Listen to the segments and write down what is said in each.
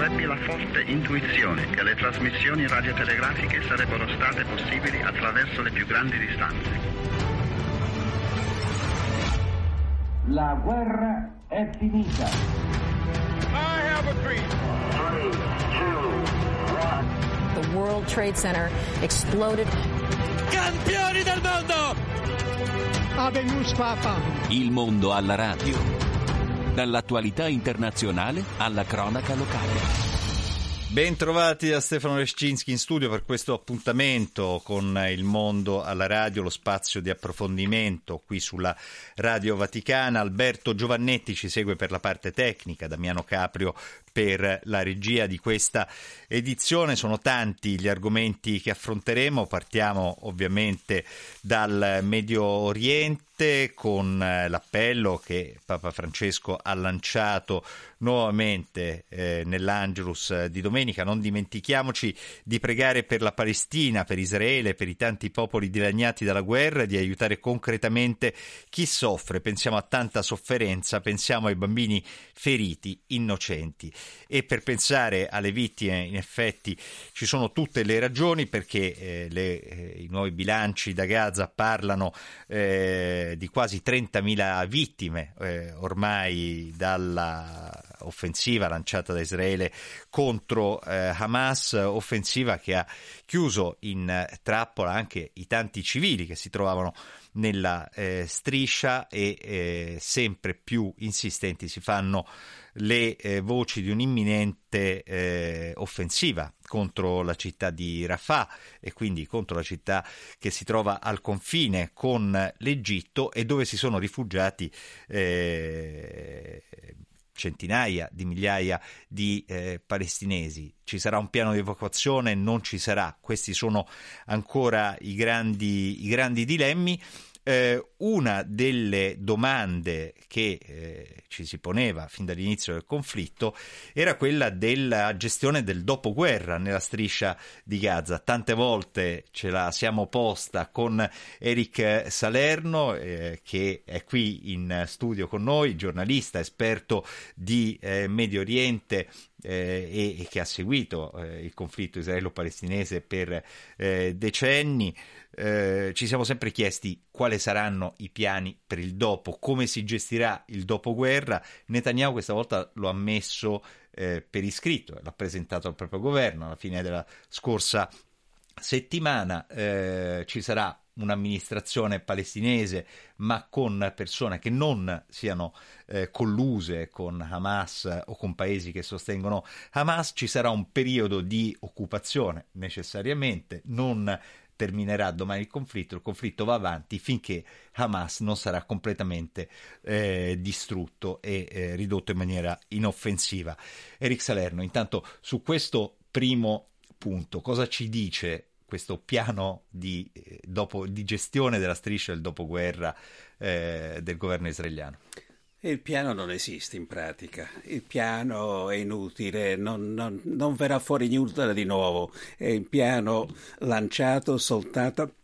avrebbe la forte intuizione che le trasmissioni radiotelegrafiche sarebbero state possibili attraverso le più grandi distanze. La guerra è finita. I have a dream. 3, 2, 1. The World Trade Center exploded. Campioni del mondo! Habemus Papa. Il mondo alla radio. Dall'attualità internazionale alla cronaca locale. Ben trovati da Stefano Leszczynski in studio per questo appuntamento con Il Mondo alla Radio, lo spazio di approfondimento qui sulla Radio Vaticana. Alberto Giovannetti ci segue per la parte tecnica, Damiano Caprio per la regia di questa edizione. Sono tanti gli argomenti che affronteremo, partiamo ovviamente dal Medio Oriente con l'appello che Papa Francesco ha lanciato nuovamente nell'Angelus di domenica. Non dimentichiamoci di pregare per la Palestina, per Israele, per i tanti popoli dilaniati dalla guerra, di aiutare concretamente chi soffre. Pensiamo a tanta sofferenza, pensiamo ai bambini feriti, innocenti. E per pensare alle vittime, in effetti, ci sono tutte le ragioni, perché i nuovi bilanci da Gaza parlano di quasi 30.000 vittime ormai dalla offensiva lanciata da Israele contro Hamas, offensiva che ha chiuso in trappola anche i tanti civili che si trovavano nella striscia, e sempre più insistenti si fanno le voci di un'imminente offensiva contro la città di Rafah e quindi contro la città che si trova al confine con l'Egitto e dove si sono rifugiati centinaia di migliaia di palestinesi. Ci sarà un piano di evacuazione? Non ci sarà. Questi sono ancora i grandi dilemmi. Una delle domande che ci si poneva fin dall'inizio del conflitto era quella della gestione del dopoguerra nella striscia di Gaza. Tante volte ce la siamo posta con Eric Salerno, che è qui in studio con noi, giornalista, esperto di Medio Oriente e che ha seguito il conflitto israelo-palestinese per decenni. Ci siamo sempre chiesti quali saranno i piani per il dopo, come si gestirà il dopoguerra. Netanyahu questa volta lo ha messo per iscritto, l'ha presentato al proprio governo alla fine della scorsa settimana. Ci sarà un'amministrazione palestinese ma con persone che non siano colluse con Hamas o con paesi che sostengono Hamas. Ci sarà un periodo di occupazione necessariamente, non terminerà domani il conflitto va avanti finché Hamas non sarà completamente distrutto e ridotto in maniera inoffensiva. Eric Salerno, intanto su questo primo punto, cosa ci dice questo piano di gestione della striscia del dopoguerra del governo israeliano? Il piano non esiste in pratica, il piano è inutile, non verrà fuori nulla di nuovo, è un piano lanciato soltanto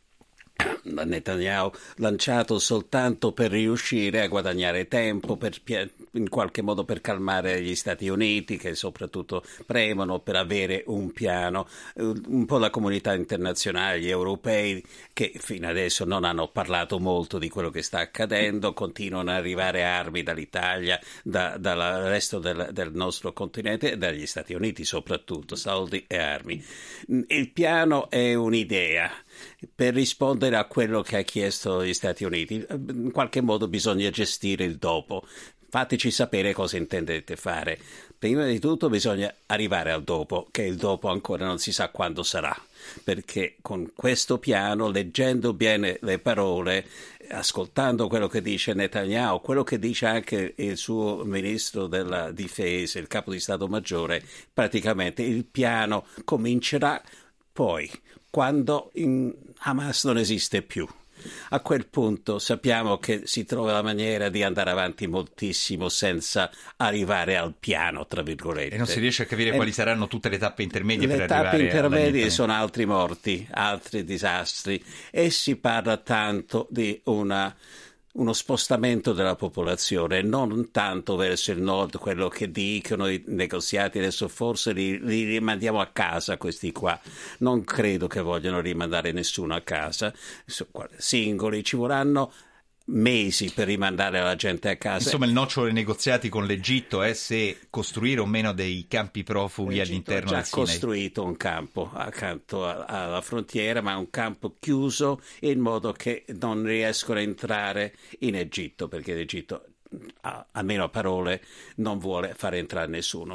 da Netanyahu, lanciato soltanto per riuscire a guadagnare tempo, in qualche modo per calmare gli Stati Uniti, che soprattutto premono per avere un piano. Un po' la comunità internazionale, gli europei, che fino adesso non hanno parlato molto di quello che sta accadendo, continuano ad arrivare armi dall'Italia, dal resto del nostro continente e dagli Stati Uniti soprattutto, soldi e armi. Il piano è un'idea per rispondere a quello che ha chiesto gli Stati Uniti. In qualche modo bisogna gestire il dopo. Fateci sapere cosa intendete fare. Prima di tutto bisogna arrivare al dopo, che il dopo ancora non si sa quando sarà, perché con questo piano, leggendo bene le parole, ascoltando quello che dice Netanyahu, quello che dice anche il suo ministro della difesa, il capo di Stato Maggiore, praticamente il piano comincerà poi, quando Hamas non esiste più. A quel punto sappiamo che si trova la maniera di andare avanti moltissimo senza arrivare al piano, tra virgolette. E non si riesce a capire quali saranno tutte le tappe intermedie per arrivare. Le tappe intermedie sono altri morti, altri disastri, e si parla tanto di una uno spostamento della popolazione, non tanto verso il nord, quello che dicono i negoziati adesso, forse li rimandiamo a casa questi qua. Non credo che vogliano rimandare nessuno a casa, singoli, ci vorranno mesi per rimandare la gente a casa. Insomma, il nocciolo dei negoziati con l'Egitto è se costruire o meno dei campi profughi all'interno del Sinai. Ha già costruito un campo accanto alla frontiera, ma un campo chiuso in modo che non riescono a entrare in Egitto, perché l'Egitto, almeno a parole, non vuole fare entrare nessuno.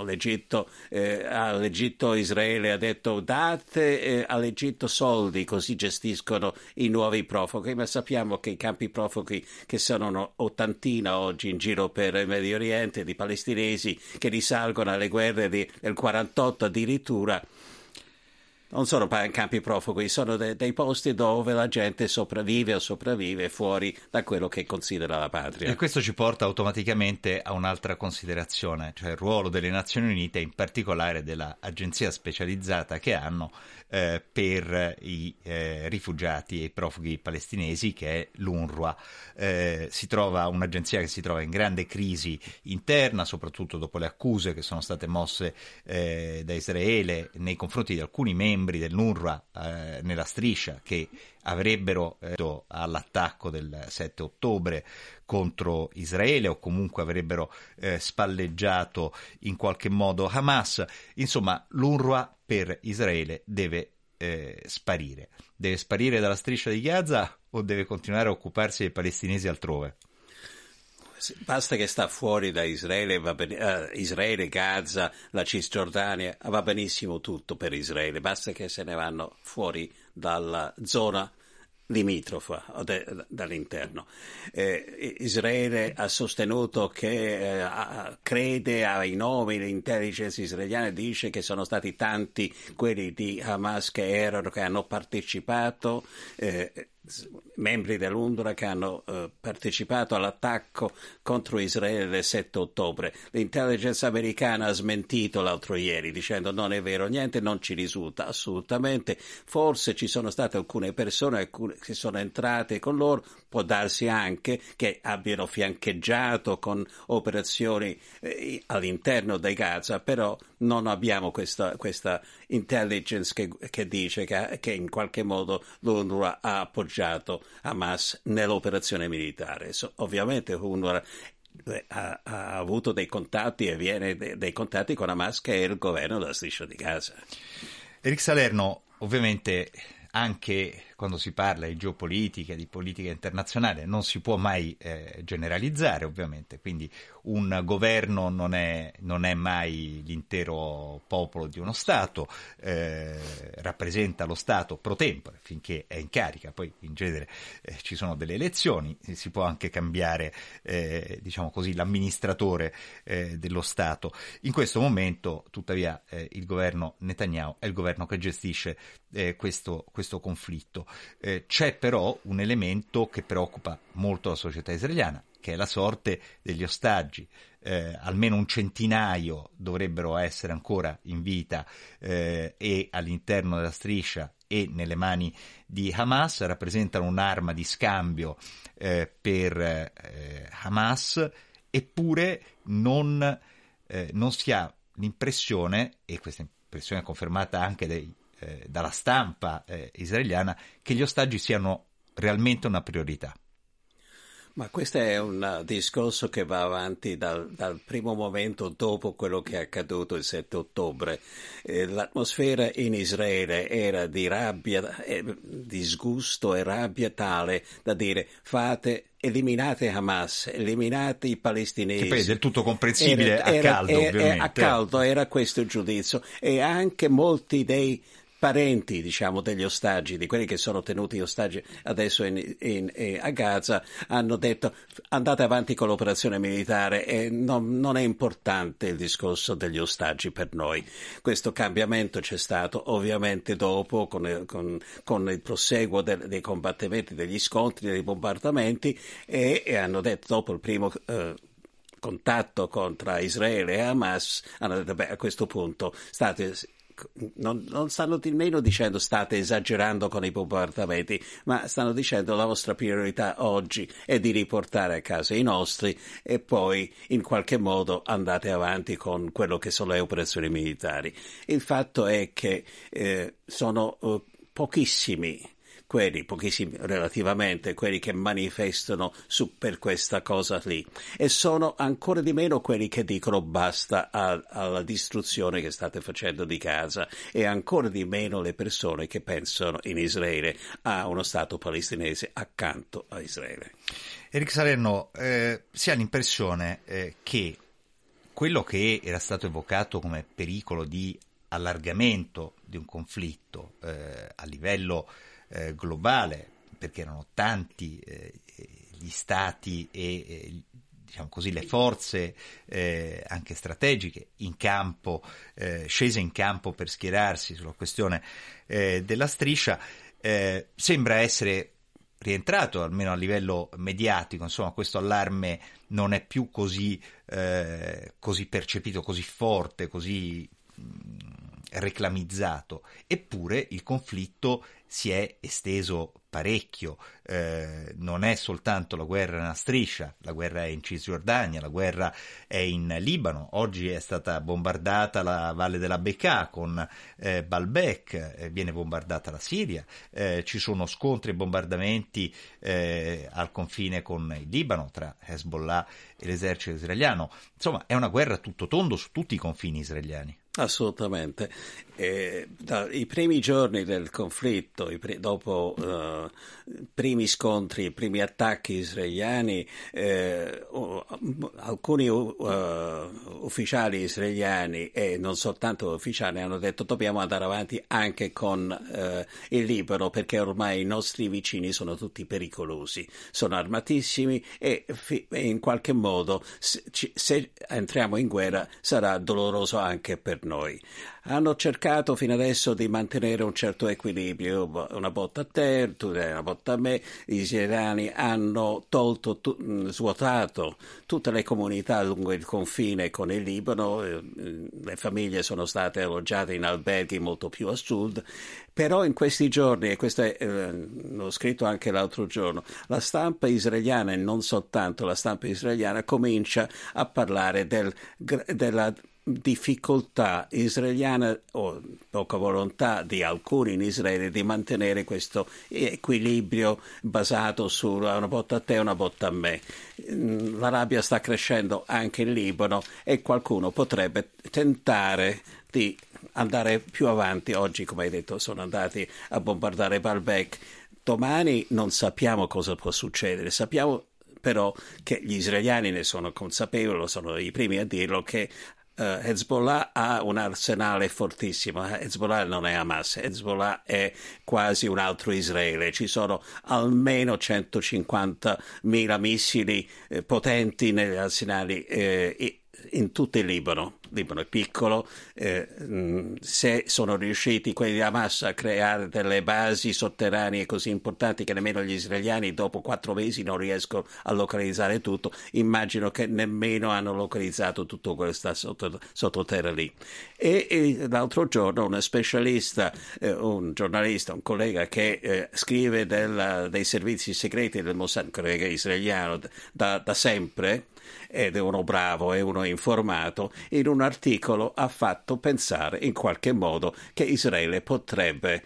All'Egitto Israele ha detto: date all'Egitto soldi così gestiscono i nuovi profughi, ma sappiamo che i campi profughi, che sono ottantina oggi in giro per il Medio Oriente, di palestinesi che risalgono alle guerre del 48 addirittura, non sono campi profughi, sono dei posti dove la gente sopravvive fuori da quello che considera la patria. E questo ci porta automaticamente a un'altra considerazione, cioè il ruolo delle Nazioni Unite, in particolare dell'agenzia specializzata che hanno per i rifugiati e i profughi palestinesi, che è l'UNRWA. Un'agenzia che si trova in grande crisi interna, soprattutto dopo le accuse che sono state mosse da Israele nei confronti di alcuni membri dell'UNRWA nella striscia, che avrebbero all'attacco del 7 ottobre contro Israele, o comunque avrebbero spalleggiato in qualche modo Hamas. Insomma, l'UNRWA per Israele deve sparire. Deve sparire dalla striscia di Gaza o deve continuare a occuparsi dei palestinesi altrove? Basta che sta fuori da Israele, Israele, Gaza, la Cisgiordania, va benissimo tutto per Israele, basta che se ne vanno fuori dalla zona limitrofa dall'interno. Israele ha sostenuto che crede ai nomi, l'intelligence israeliana dice che sono stati tanti quelli di Hamas che hanno partecipato, membri dell'UNRWA che hanno partecipato all'attacco contro Israele del 7 ottobre. L'intelligence americana ha smentito l'altro ieri dicendo: non è vero, niente, non ci risulta assolutamente. Forse ci sono state alcune persone che sono entrate con loro, può darsi anche che abbiano fiancheggiato con operazioni all'interno di Gaza, però non abbiamo questa intelligence che dice che in qualche modo l'UNRWA ha appoggiato Hamas nell'operazione militare. Ovviamente UNRWA ha avuto dei contatti e viene dei contatti con Hamas, che è il governo della striscia di Gaza. Eric Salerno, ovviamente anche quando si parla di geopolitica, di politica internazionale, non si può mai generalizzare, ovviamente, quindi un governo non è mai l'intero popolo di uno Stato, rappresenta lo Stato pro tempore finché è in carica, poi in genere ci sono delle elezioni, si può anche cambiare diciamo così l'amministratore dello Stato. In questo momento tuttavia il governo Netanyahu è il governo che gestisce questo conflitto. C'è però un elemento che preoccupa molto la società israeliana, che è la sorte degli ostaggi. Almeno un centinaio dovrebbero essere ancora in vita e all'interno della striscia e nelle mani di Hamas, rappresentano un'arma di scambio per Hamas, eppure non si ha l'impressione, e questa impressione è confermata anche dalla stampa israeliana, che gli ostaggi siano realmente una priorità. Ma questo è un discorso che va avanti dal primo momento dopo quello che è accaduto il 7 ottobre. L'atmosfera in Israele era di rabbia, disgusto e rabbia tale da dire: eliminate Hamas, eliminate i palestinesi. Che poi è del tutto comprensibile a caldo, ovviamente. A caldo era questo il giudizio, e anche molti dei parenti, diciamo, degli ostaggi, di quelli che sono tenuti ostaggi adesso a Gaza, hanno detto: andate avanti con l'operazione militare, e non è importante il discorso degli ostaggi per noi. Questo cambiamento c'è stato ovviamente dopo, con il proseguo dei combattimenti, degli scontri, dei bombardamenti, e hanno detto, dopo il primo contatto tra Israele e Hamas, hanno detto: a questo punto non stanno nemmeno dicendo state esagerando con i bombardamenti, ma stanno dicendo la vostra priorità oggi è di riportare a casa i nostri e poi in qualche modo andate avanti con quello che sono le operazioni militari. Il fatto è che sono pochissimi relativamente quelli che manifestano per questa cosa lì, e sono ancora di meno quelli che dicono basta alla distruzione che state facendo di Gaza, e ancora di meno le persone che pensano in Israele a uno Stato palestinese accanto a Israele. Eric Salerno, si ha l'impressione che quello che era stato evocato come pericolo di allargamento di un conflitto a livello globale, perché erano tanti gli stati e diciamo così le forze anche strategiche in campo, scese in campo per schierarsi sulla questione della striscia, sembra essere rientrato almeno a livello mediatico. Insomma, questo allarme non è più così percepito, così forte, così reclamizzato, eppure il conflitto si è esteso parecchio. Non è soltanto la guerra nella striscia, la guerra è in Cisgiordania, la guerra è in Libano, oggi è stata bombardata la valle della Bekaa con Baalbek, viene bombardata la Siria, ci sono scontri e bombardamenti al confine con il Libano tra Hezbollah e l'esercito israeliano. Insomma, è una guerra a tutto tondo su tutti i confini israeliani. Assolutamente. I primi giorni del conflitto, dopo primi scontri, primi attacchi israeliani, alcuni ufficiali israeliani e non soltanto ufficiali hanno detto dobbiamo andare avanti anche con il Libano, perché ormai i nostri vicini sono tutti pericolosi, sono armatissimi e in qualche modo se entriamo in guerra sarà doloroso anche per noi. Hanno cercato fino adesso di mantenere un certo equilibrio, una botta a te, tu dai una botta a me. Gli israeliani hanno svuotato tutte le comunità lungo il confine con il Libano, le famiglie sono state alloggiate in alberghi molto più a sud, però in questi giorni, e questo l'ho scritto anche l'altro giorno, la stampa israeliana e non soltanto la stampa israeliana comincia a parlare della difficoltà israeliana o poca volontà di alcuni in Israele di mantenere questo equilibrio basato su una botta a te e una botta a me. La rabbia sta crescendo anche in Libano e qualcuno potrebbe tentare di andare più avanti. Oggi, come hai detto, sono andati a bombardare Baalbek. Domani non sappiamo cosa può succedere, sappiamo però che gli israeliani ne sono consapevoli, sono i primi a dirlo, che Hezbollah ha un arsenale fortissimo. Hezbollah non è Hamas, Hezbollah è quasi un altro Israele. Ci sono almeno 150.000 missili potenti negli arsenali in tutto il Libano. Il Libano è piccolo, se sono riusciti quelli di Hamas a creare delle basi sotterranee così importanti che nemmeno gli israeliani dopo 4 mesi non riescono a localizzare tutto, immagino che nemmeno hanno localizzato tutto quello che sta sottoterra lì. E l'altro giorno un specialista, un giornalista, un collega che scrive dei servizi segreti del Mossad, un collega israeliano da sempre, ed è uno bravo e uno informato, in un articolo ha fatto pensare in qualche modo che Israele potrebbe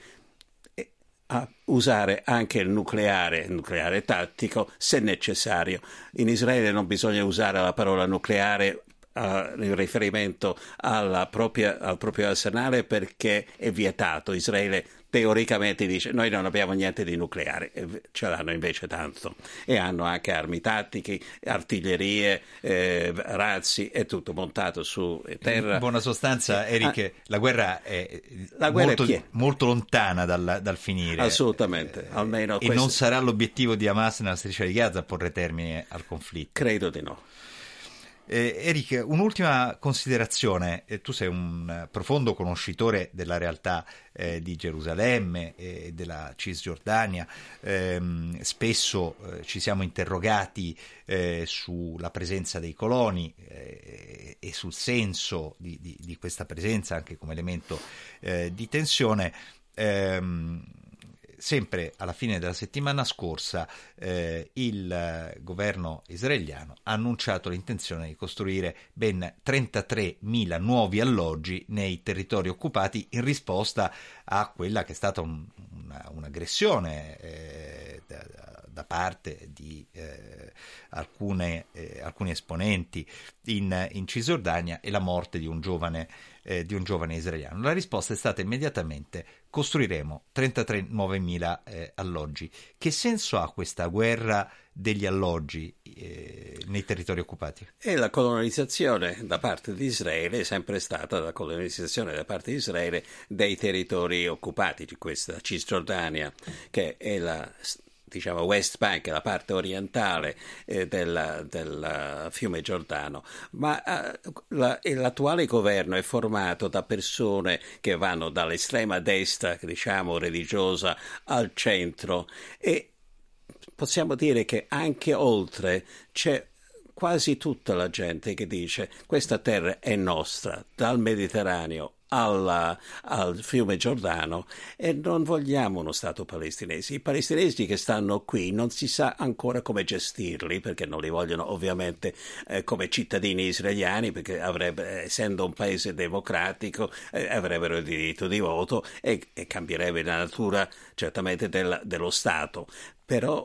usare anche il nucleare tattico se necessario. In Israele non bisogna usare la parola nucleare in riferimento al proprio arsenale perché è vietato. Israele teoricamente dice noi non abbiamo niente di nucleare, ce l'hanno invece tanto, e hanno anche armi tattiche, artiglierie, razzi e tutto montato su terra. In buona sostanza, Eric, la guerra è molto lontana dal finire. Assolutamente, almeno e non sarà l'obiettivo di Hamas nella striscia di Gaza a porre termine al conflitto. Credo di no. Eric, un'ultima considerazione. Tu sei un profondo conoscitore della realtà di Gerusalemme e della Cisgiordania. Spesso ci siamo interrogati sulla presenza dei coloni e sul senso di questa presenza anche come elemento di tensione. Sempre alla fine della settimana scorsa il governo israeliano ha annunciato l'intenzione di costruire ben 33.000 nuovi alloggi nei territori occupati in risposta a quella che è stata un'aggressione da parte di alcuni esponenti in Cisgiordania e la morte di un giovane israeliano. La risposta è stata immediatamente: costruiremo 33.000 alloggi. Che senso ha questa guerra degli alloggi nei territori occupati? E la colonizzazione da parte di Israele è sempre stata la colonizzazione da parte di Israele dei territori occupati, di questa Cisgiordania, che è la West Bank, la parte orientale del fiume Giordano, ma l'attuale governo è formato da persone che vanno dall'estrema destra, religiosa, al centro, e possiamo dire che anche oltre c'è quasi tutta la gente che dice: questa terra è nostra, dal Mediterraneo al fiume Giordano, e non vogliamo uno Stato palestinese. I palestinesi che stanno qui non si sa ancora come gestirli, perché non li vogliono ovviamente come cittadini israeliani, perché essendo un paese democratico avrebbero il diritto di voto e cambierebbe la natura certamente dello Stato. Però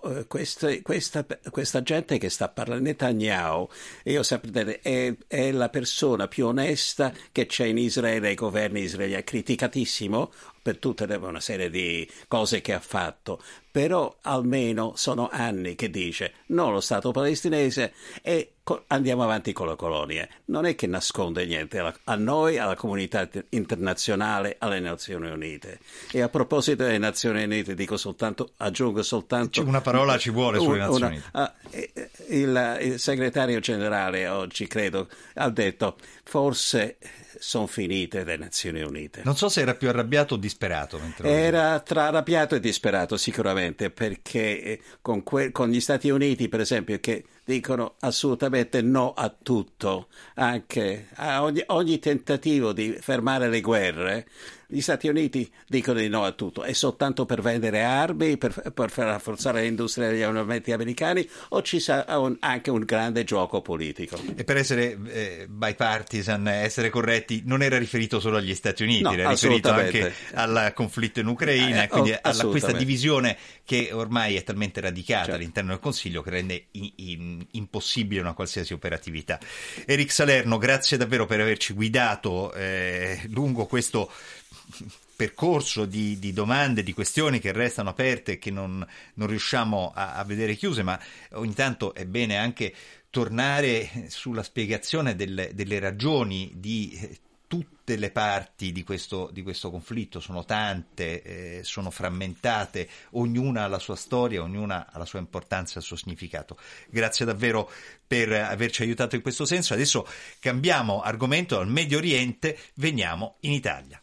questa gente che sta parlando, Netanyahu, io sempre detto, è la persona più onesta che c'è in Israele, ai governi israeliani, criticatissimo per tutta una serie di cose che ha fatto, però almeno sono anni che dice no allo Stato palestinese e andiamo avanti con la colonia. Non è che nasconde niente a noi, alla comunità internazionale, alle Nazioni Unite. E a proposito delle Nazioni Unite aggiungo soltanto una parola ci vuole sulle Nazioni Unite. Il segretario generale oggi, credo, ha detto forse sono finite le Nazioni Unite. Non so se era più arrabbiato o disperato. Era tra arrabbiato e disperato sicuramente, perché con gli Stati Uniti, per esempio, che dicono assolutamente no a tutto, anche a ogni tentativo di fermare le guerre. Gli Stati Uniti dicono di no a tutto, è soltanto per vendere armi, per rafforzare l'industria degli armamenti americani, o ci sarà anche un grande gioco politico? E per essere bipartisan, essere corretti, non era riferito solo agli Stati Uniti, no, era riferito anche al conflitto in Ucraina, quindi a questa divisione che ormai è talmente radicata all'interno del Consiglio che rende impossibile una qualsiasi operatività. Eric Salerno, grazie davvero per averci guidato lungo questo percorso di domande, di questioni che restano aperte e che non riusciamo a vedere chiuse, ma ogni tanto è bene anche tornare sulla spiegazione delle ragioni di tutte le parti di questo conflitto. Sono tante, sono frammentate, ognuna ha la sua storia, ognuna ha la sua importanza e il suo significato. Grazie davvero per averci aiutato in questo senso. Adesso cambiamo argomento, dal Medio Oriente veniamo in Italia.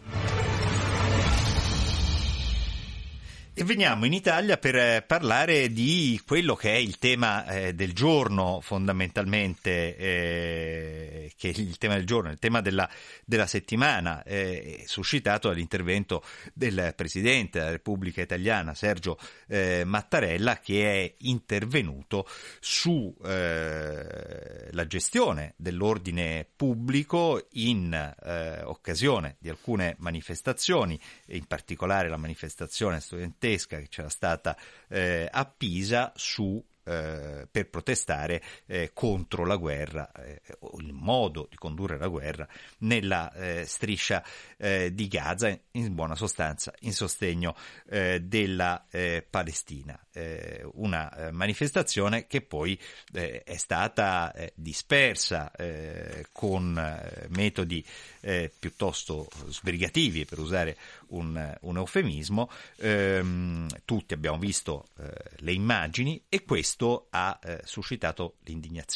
E veniamo in Italia per parlare di quello che è il tema del giorno, fondamentalmente, che è il tema del giorno, il tema della settimana, suscitato dall'intervento del Presidente della Repubblica Italiana, Sergio Mattarella, che è intervenuto su la gestione dell'ordine pubblico in occasione di alcune manifestazioni, in particolare la manifestazione studentesca che c'era stata a Pisa per protestare contro la guerra, il modo di condurre la guerra nella striscia di Gaza, in buona sostanza in sostegno della Palestina. Una manifestazione che poi è stata dispersa con metodi piuttosto sbrigativi, per usare un eufemismo. Tutti abbiamo visto le immagini e questo ha suscitato l'indignazione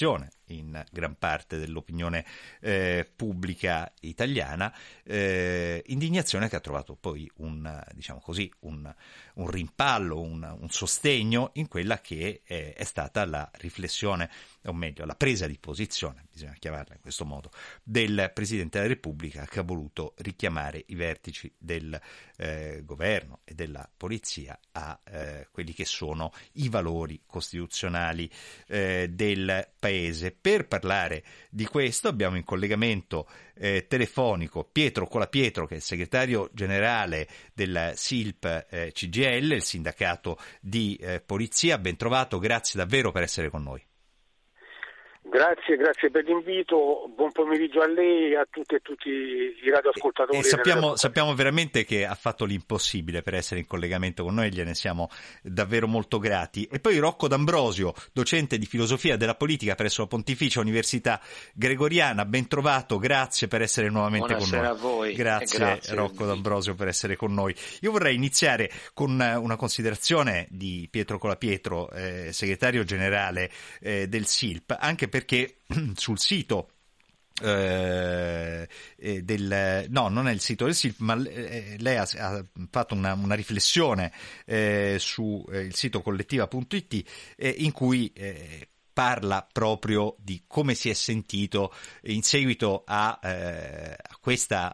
in gran parte dell'opinione pubblica italiana, indignazione che ha trovato poi un rimpallo, un sostegno in quella che è stata la riflessione, o meglio la presa di posizione, bisogna chiamarla in questo modo, del Presidente della Repubblica, che ha voluto richiamare i vertici del governo e della polizia a quelli che sono i valori costituzionali del Paese. Per parlare di questo abbiamo in collegamento telefonico Pietro Colapietro, che è il segretario generale del SILP CGIL, il sindacato di polizia. Ben trovato, grazie davvero per essere con noi. Grazie per l'invito, buon pomeriggio a lei, a tutte e tutti i radioascoltatori. E sappiamo veramente che ha fatto l'impossibile per essere in collegamento con noi, e gliene siamo davvero molto grati. E poi Rocco D'Ambrosio, docente di filosofia della politica presso la Pontificia Università Gregoriana, ben trovato, grazie per essere nuovamente con noi. Buonasera a voi. Grazie Rocco D'Ambrosio per essere con noi. Io vorrei iniziare con una considerazione di Pietro Colapietro, segretario generale del SILP, anche perché sul sito non è il sito del SILP, ma lei ha fatto una riflessione sul sito collettiva.it in cui parla proprio di come si è sentito in seguito a questo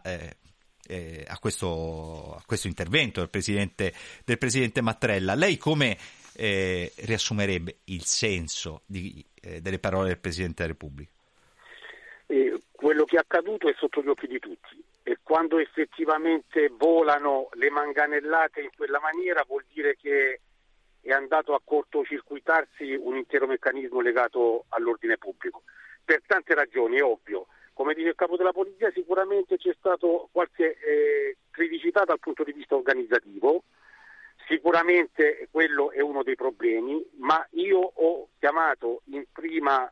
intervento del presidente Mattarella. Lei come riassumerebbe il senso delle parole del Presidente della Repubblica? Quello che è accaduto è sotto gli occhi di tutti, e quando effettivamente volano le manganellate in quella maniera vuol dire che è andato a cortocircuitarsi un intero meccanismo legato all'ordine pubblico. Per tante ragioni, è ovvio. Come dice il capo della polizia, sicuramente c'è stato qualche criticità dal punto di vista organizzativo. Sicuramente quello è uno dei problemi, ma io ho chiamato in prima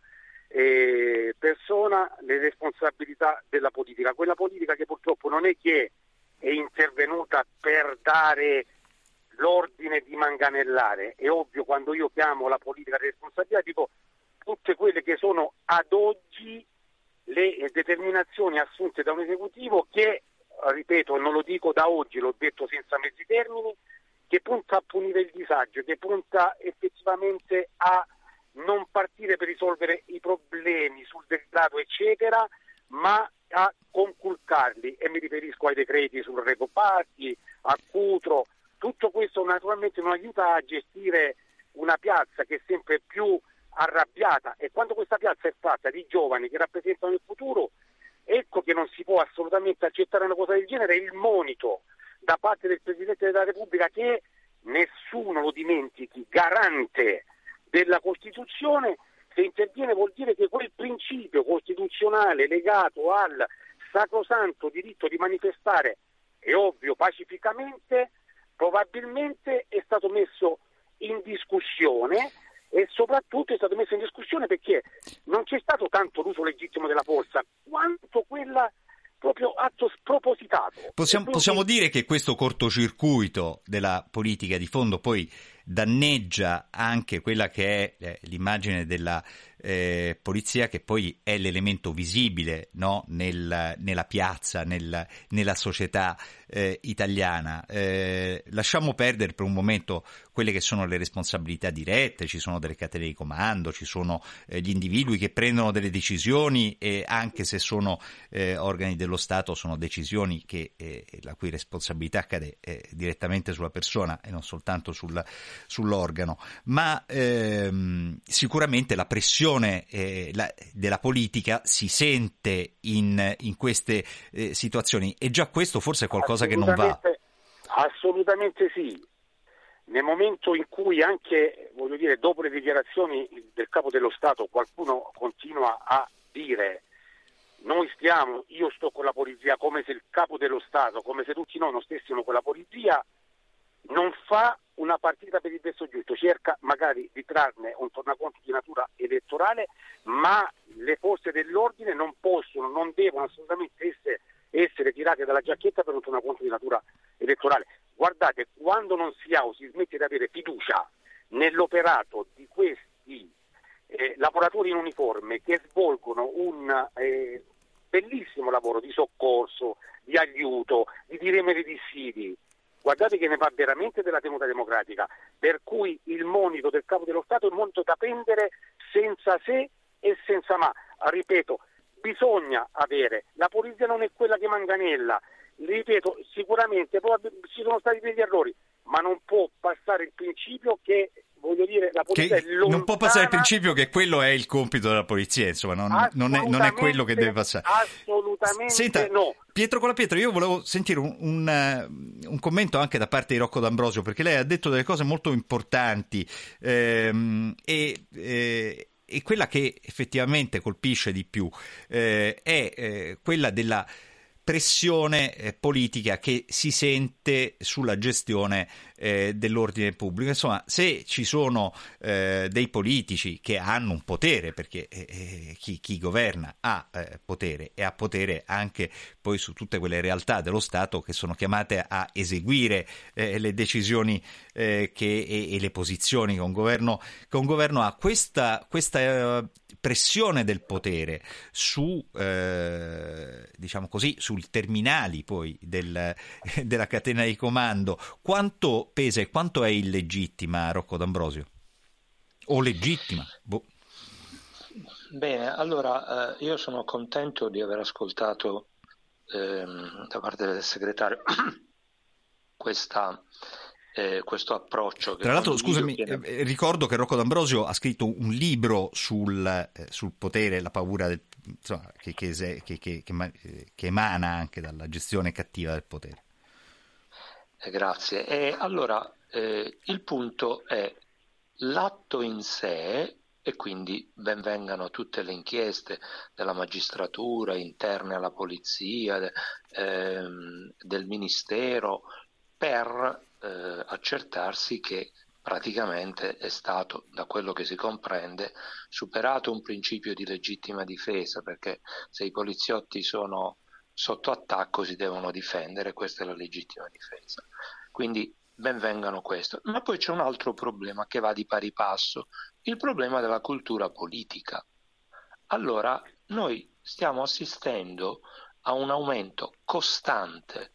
persona le responsabilità della politica, quella politica che purtroppo non è che è intervenuta per dare l'ordine di manganellare. È ovvio, quando io chiamo la politica di responsabilità dico tutte quelle che sono ad oggi le determinazioni assunte da un esecutivo che, ripeto, non lo dico da oggi, l'ho detto senza mezzi termini, che punta a punire il disagio, che punta effettivamente a non partire per risolvere i problemi sul degrado eccetera, ma a conculcarli, e mi riferisco ai decreti sul Regoparti, a Cutro. Tutto questo naturalmente non aiuta a gestire una piazza che è sempre più arrabbiata, e quando questa piazza è fatta di giovani che rappresentano il futuro, ecco che non si può assolutamente accettare una cosa del genere. Il monito da parte del Presidente della Repubblica, che nessuno lo dimentichi, garante della Costituzione, se interviene vuol dire che quel principio costituzionale legato al sacrosanto diritto di manifestare, è ovvio, pacificamente, probabilmente è stato messo in discussione, e soprattutto è stato messo in discussione perché non c'è stato tanto l'uso legittimo della forza quanto quella proprio atto spropositato. Possiamo dire che questo cortocircuito della politica di fondo poi danneggia anche quella che è l'immagine della polizia, che poi è l'elemento visibile, no? nella piazza, nella società italiana. Lasciamo perdere per un momento quelle che sono le responsabilità dirette, ci sono delle catene di comando, ci sono gli individui che prendono delle decisioni, e anche se sono organi dello Stato, sono decisioni la cui responsabilità cade direttamente sulla persona e non soltanto sull'organo, ma sicuramente la pressione della politica si sente in queste situazioni, e già questo forse è qualcosa che non va. Assolutamente sì. Nel momento in cui anche, voglio dire, dopo le dichiarazioni del Capo dello Stato, qualcuno continua a dire io sto con la polizia, come se il Capo dello Stato, come se tutti noi non stessimo con la polizia, non fa una partita per il verso giusto, cerca magari di trarne un tornaconto di natura elettorale, ma le forze dell'ordine non possono, non devono assolutamente essere tirate dalla giacchetta per un tornaconto di natura elettorale. Guardate, quando non si ha o si smette di avere fiducia nell'operato di questi lavoratori operatori in uniforme che svolgono un bellissimo lavoro di soccorso, di aiuto, di remedi dissidi. Guardate che ne va veramente della tenuta democratica, per cui il monito del Capo dello Stato è un monito da prendere senza se e senza ma. Ripeto, bisogna avere, la polizia non è quella che manganella, ripeto, sicuramente ci sono stati degli errori, ma non può passare il principio che, voglio dire, la polizia è lontana. Non può passare il principio che quello è il compito della polizia, insomma, non è quello che deve passare. Assolutamente. Senta, no. Pietro Colapietro, io volevo sentire un commento anche da parte di Rocco D'Ambrosio, perché lei ha detto delle cose molto importanti e quella che effettivamente colpisce di più è quella della pressione politica che si sente sulla gestione dell'ordine pubblico. Insomma, se ci sono dei politici che hanno un potere, perché chi governa ha potere e ha potere anche poi su tutte quelle realtà dello Stato che sono chiamate a eseguire le decisioni e le posizioni che un governo ha, questa pressione del potere su diciamo così, sul terminali poi della catena di comando, quanto pesa e quanto è illegittima, Rocco D'Ambrosio? O legittima? Bene, allora io sono contento di aver ascoltato da parte del segretario questo approccio. Tra l'altro, scusami, ricordo che Rocco D'Ambrosio ha scritto un libro sul potere, la paura insomma, che emana anche dalla gestione cattiva del potere. Grazie. E allora il punto è l'atto in sé, e quindi ben vengano tutte le inchieste della magistratura, interne alla polizia, del ministero, per accertarsi che praticamente è stato, da quello che si comprende, superato un principio di legittima difesa, perché se i poliziotti sono sotto attacco si devono difendere, questa è la legittima difesa. Quindi ben vengano questo. Ma poi c'è un altro problema che va di pari passo, il problema della cultura politica. Allora, noi stiamo assistendo a un aumento costante,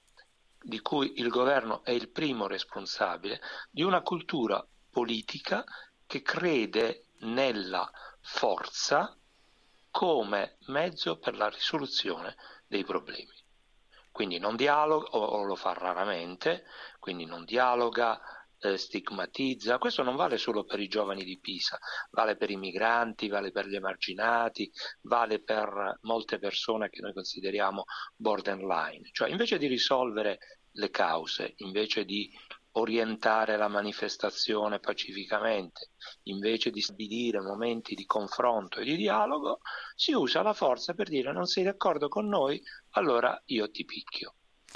di cui il governo è il primo responsabile, di una cultura politica che crede nella forza come mezzo per la risoluzione dei problemi. Quindi non dialoga, o lo fa raramente, quindi non dialoga, stigmatizza. Questo non vale solo per i giovani di Pisa, vale per i migranti, vale per gli emarginati, vale per molte persone che noi consideriamo borderline. Cioè, invece di risolvere le cause, invece di orientare la manifestazione pacificamente, invece di stabilire momenti di confronto e di dialogo, si usa la forza per dire: non sei d'accordo con noi, allora io ti picchio.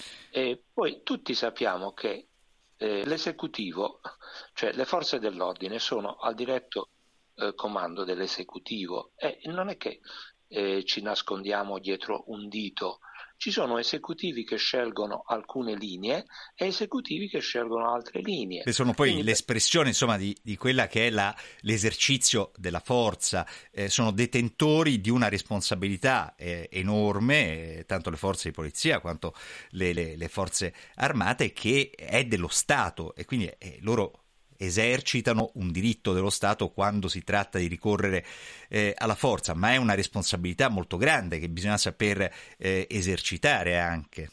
E poi tutti sappiamo che l'esecutivo, cioè le forze dell'ordine, sono al diretto comando dell'esecutivo, e non è che ci nascondiamo dietro un dito. Ci sono esecutivi che scelgono alcune linee e esecutivi che scelgono altre linee. Che sono poi l'espressione, insomma, di quella che è l'esercizio della forza. Sono detentori di una responsabilità enorme, tanto le forze di polizia quanto le forze armate, che è dello Stato, e quindi loro esercitano un diritto dello Stato quando si tratta di ricorrere alla forza, ma è una responsabilità molto grande che bisogna saper esercitare anche.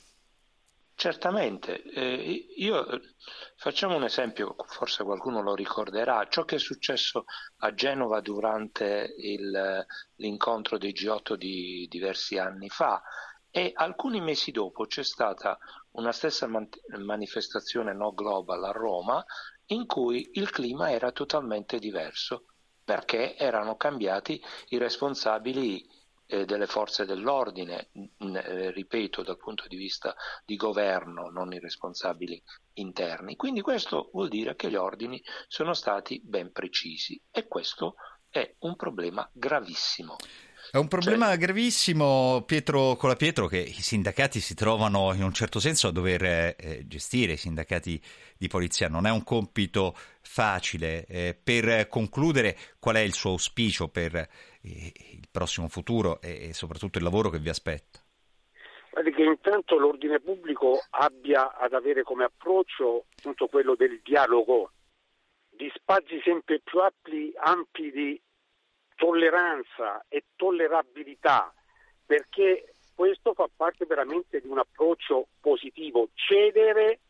Certamente, facciamo un esempio, forse qualcuno lo ricorderà, ciò che è successo a Genova durante l'incontro dei G8 di diversi anni fa, e alcuni mesi dopo c'è stata una stessa manifestazione No Global a Roma, in cui il clima era totalmente diverso, perché erano cambiati i responsabili delle forze dell'ordine, ripeto, dal punto di vista di governo, non i responsabili interni. Quindi questo vuol dire che gli ordini sono stati ben precisi, e questo è un problema gravissimo. È un problema gravissimo, Pietro Colapietro, che i sindacati si trovano in un certo senso a dover gestire, i sindacati di polizia. Non è un compito facile. Per concludere, qual è il suo auspicio per il prossimo futuro e soprattutto il lavoro che vi aspetta? Guardi che intanto l'ordine pubblico abbia ad avere come approccio tutto quello del dialogo, di spazi sempre più ampi di tolleranza e tollerabilità, perché questo fa parte veramente di un approccio positivo. Cedere,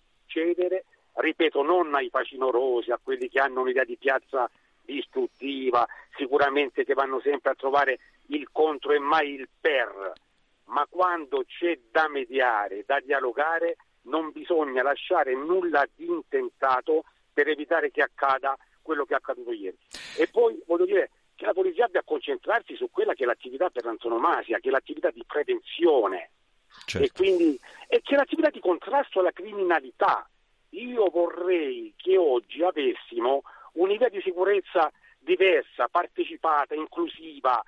ripeto, non ai facinorosi, a quelli che hanno un'idea di piazza distruttiva, sicuramente che vanno sempre a trovare il contro e mai il per, ma quando c'è da mediare, da dialogare, non bisogna lasciare nulla di intentato per evitare che accada quello che è accaduto ieri. E poi voglio dire che la polizia abbia a concentrarsi su quella che è l'attività per antonomasia, che è l'attività di prevenzione, certo. e che è l'attività di contrasto alla criminalità. Io vorrei che oggi avessimo un'idea di sicurezza diversa, partecipata, inclusiva,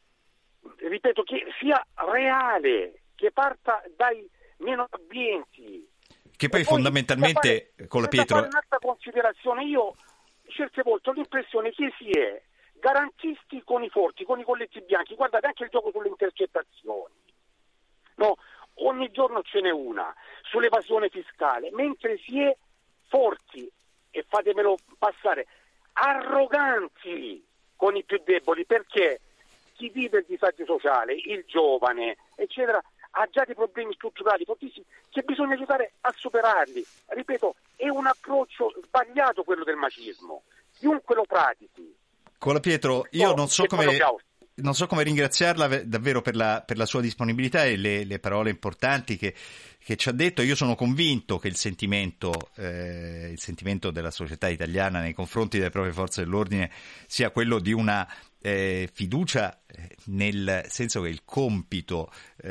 ripeto, che sia reale, che parta dai meno abbienti. Che poi fondamentalmente, Colapietro, fare un'altra considerazione, io certe volte ho l'impressione che si è garantisti con i forti, con i colletti bianchi. Guardate anche il gioco sulle intercettazioni, no? Ogni giorno ce n'è una sull'evasione fiscale, mentre si è forti, e fatemelo passare, arroganti con i più deboli, perché chi vive il disagio sociale, il giovane, eccetera, ha già dei problemi strutturali fortissimi che bisogna aiutare a superarli. Ripeto, è un approccio sbagliato quello del macismo, chiunque lo pratichi. Colapietro, io non so come ringraziarla davvero per la sua disponibilità e le parole importanti che ci ha detto. Io sono convinto che il sentimento della società italiana nei confronti delle proprie forze dell'ordine sia quello di una fiducia, nel senso che il compito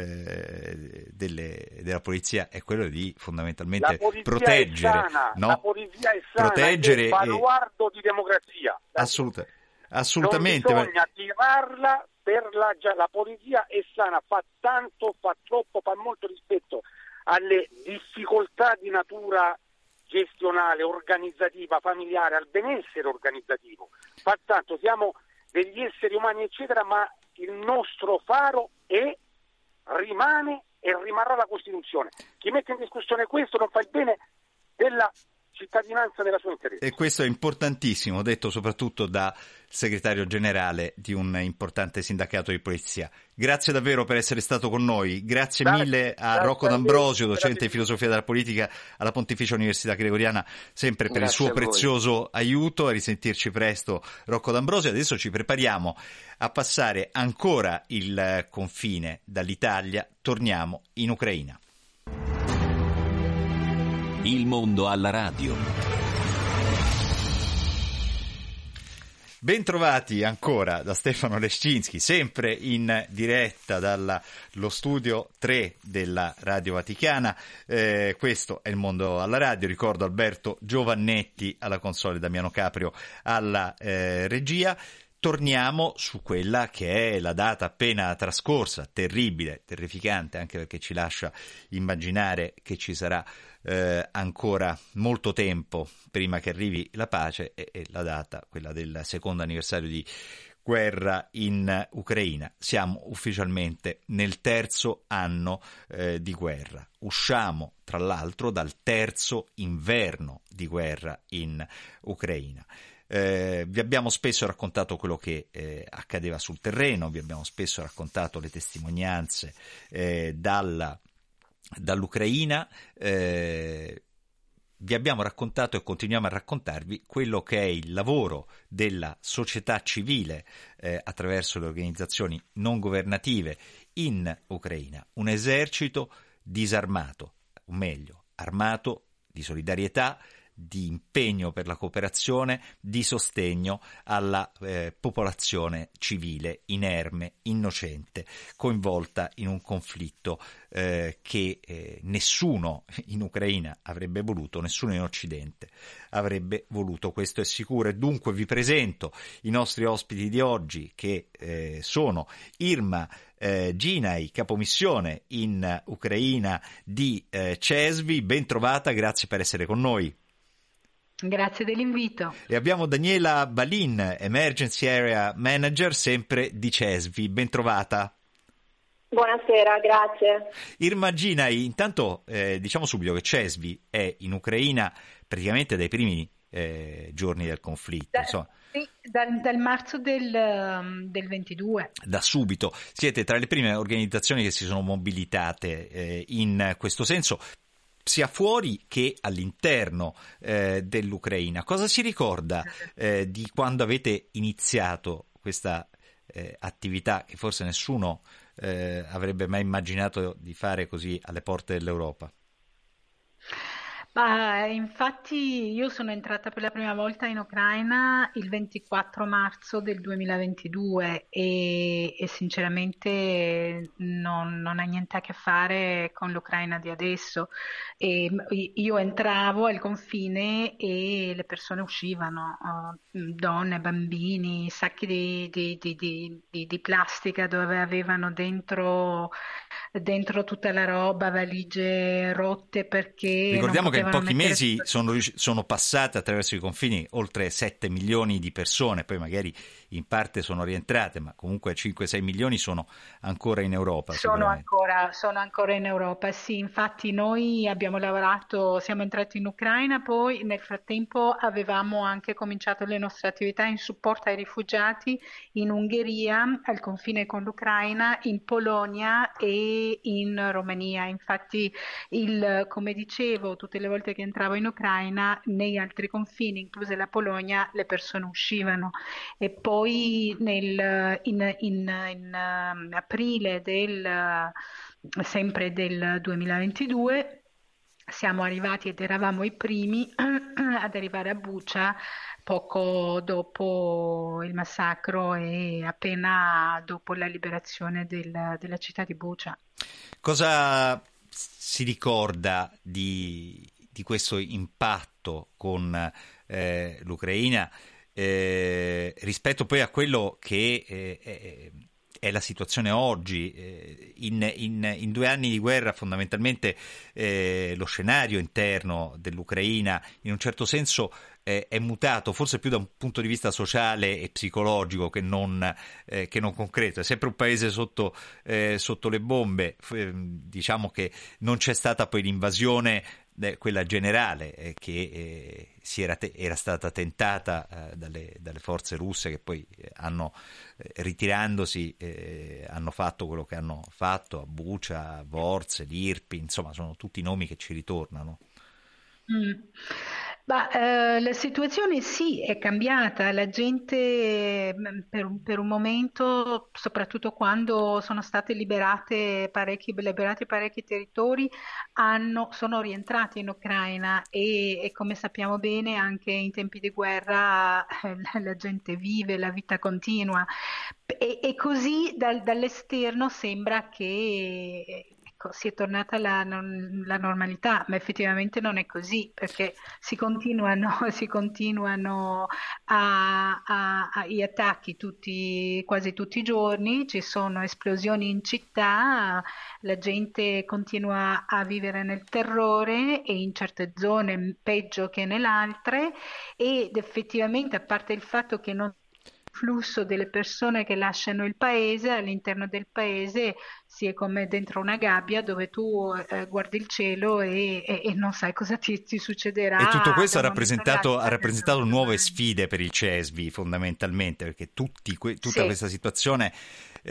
della polizia è quello di fondamentalmente proteggere, no? La polizia è sana, proteggere, è il baluardo di democrazia. Assolutamente. Non bisogna tirarla la polizia è sana, fa tanto, fa troppo, fa molto rispetto alle difficoltà di natura gestionale, organizzativa, familiare, al benessere organizzativo. Fa tanto, siamo degli esseri umani, eccetera, ma il nostro faro rimane e rimarrà la Costituzione. Chi mette in discussione questo non fa il bene della cittadinanza nella sua interezza. E questo è importantissimo, detto soprattutto da segretario generale di un importante sindacato di polizia. Grazie davvero per essere stato con noi. Grazie mille a Rocco D'Ambrosio, docente di filosofia della politica alla Pontificia Università Gregoriana, sempre per il suo prezioso aiuto. A risentirci presto, Rocco D'Ambrosio. Adesso ci prepariamo a passare ancora il confine dall'Italia. Torniamo in Ucraina. Il mondo alla radio. Bentrovati ancora da Stefano Leszczynski, sempre in diretta dallo studio 3 della Radio Vaticana. Questo è il mondo alla radio. Ricordo Alberto Giovannetti alla console, Damiano Caprio alla regia. Torniamo su quella che è la data appena trascorsa, terribile, terrificante, anche perché ci lascia immaginare che ci sarà ancora molto tempo prima che arrivi la pace, e la data, quella del secondo anniversario di guerra in Ucraina. Siamo ufficialmente nel terzo anno di guerra. Usciamo, tra l'altro, dal terzo inverno di guerra in Ucraina. Vi abbiamo spesso raccontato quello che accadeva sul terreno, vi abbiamo spesso raccontato le testimonianze dall'Ucraina, vi abbiamo raccontato e continuiamo a raccontarvi quello che è il lavoro della società civile attraverso le organizzazioni non governative in Ucraina. Un esercito disarmato, o meglio, armato, di solidarietà, di impegno per la cooperazione, di sostegno alla popolazione civile inerme, innocente, coinvolta in un conflitto che nessuno in Ucraina avrebbe voluto, nessuno in Occidente avrebbe voluto, questo è sicuro. E dunque vi presento i nostri ospiti di oggi, che sono Irma Ginaj, capomissione in Ucraina di CESVI. Ben trovata, grazie per essere con noi. Grazie dell'invito. E abbiamo Daniela Balin, Emergency Area Manager, sempre di CESVI. Ben trovata. Buonasera, grazie. Irma Ginaj, intanto diciamo subito che CESVI è in Ucraina praticamente dai primi giorni del conflitto. Sì, dal marzo del 22. Da subito. Siete tra le prime organizzazioni che si sono mobilitate in questo senso, sia fuori che all'interno dell'Ucraina. Cosa si ricorda di quando avete iniziato questa attività che forse nessuno avrebbe mai immaginato di fare così alle porte dell'Europa? Infatti io sono entrata per la prima volta in Ucraina il 24 marzo del 2022 e sinceramente non ha niente a che fare con l'Ucraina di adesso. Io entravo al confine e le persone uscivano, donne, bambini, sacchi di plastica dove avevano dentro tutta la roba, valigie rotte, perché ricordiamo che in pochi mesi tutto. sono passate attraverso i confini oltre 7 milioni di persone, poi magari in parte sono rientrate, ma comunque 5-6 milioni sono ancora in Europa. Sono ancora in Europa, sì. Infatti noi abbiamo lavorato, siamo entrati in Ucraina, poi nel frattempo avevamo anche cominciato le nostre attività in supporto ai rifugiati in Ungheria, al confine con l'Ucraina, in Polonia e in Romania. Infatti, come dicevo, tutte le volte che entravo in Ucraina, nei altri confini, incluse la Polonia, le persone uscivano. E poi in aprile sempre del 2022 siamo arrivati ed eravamo i primi ad arrivare a Bucha poco dopo il massacro e appena dopo la liberazione della città di Bucha. Cosa si ricorda di questo impatto con l'Ucraina rispetto poi a quello che è la situazione oggi? In 2 anni di guerra fondamentalmente lo scenario interno dell'Ucraina in un certo senso è mutato, forse più da un punto di vista sociale e psicologico che non concreto. È sempre un paese sotto le bombe. Diciamo che non c'è stata poi l'invasione, quella generale, che era stata tentata dalle forze russe, che poi ritirandosi hanno fatto quello che hanno fatto a Bucha, Vorze, Irpin, insomma sono tutti nomi che ci ritornano. La situazione sì è cambiata, la gente per un momento, soprattutto quando sono state liberati parecchi territori, sono rientrati in Ucraina e come sappiamo bene anche in tempi di guerra la gente vive, la vita continua e così dall'esterno sembra che si è tornata la normalità, ma effettivamente non è così, perché si continuano gli attacchi quasi tutti i giorni, ci sono esplosioni in città, la gente continua a vivere nel terrore e in certe zone peggio che nelle altre, ed effettivamente, a parte il fatto che non flusso delle persone che lasciano il paese, all'interno del paese si è come dentro una gabbia dove tu guardi il cielo e non sai cosa ti succederà. E tutto questo ha rappresentato nuove sfide per il CESVI fondamentalmente, perché tutta questa situazione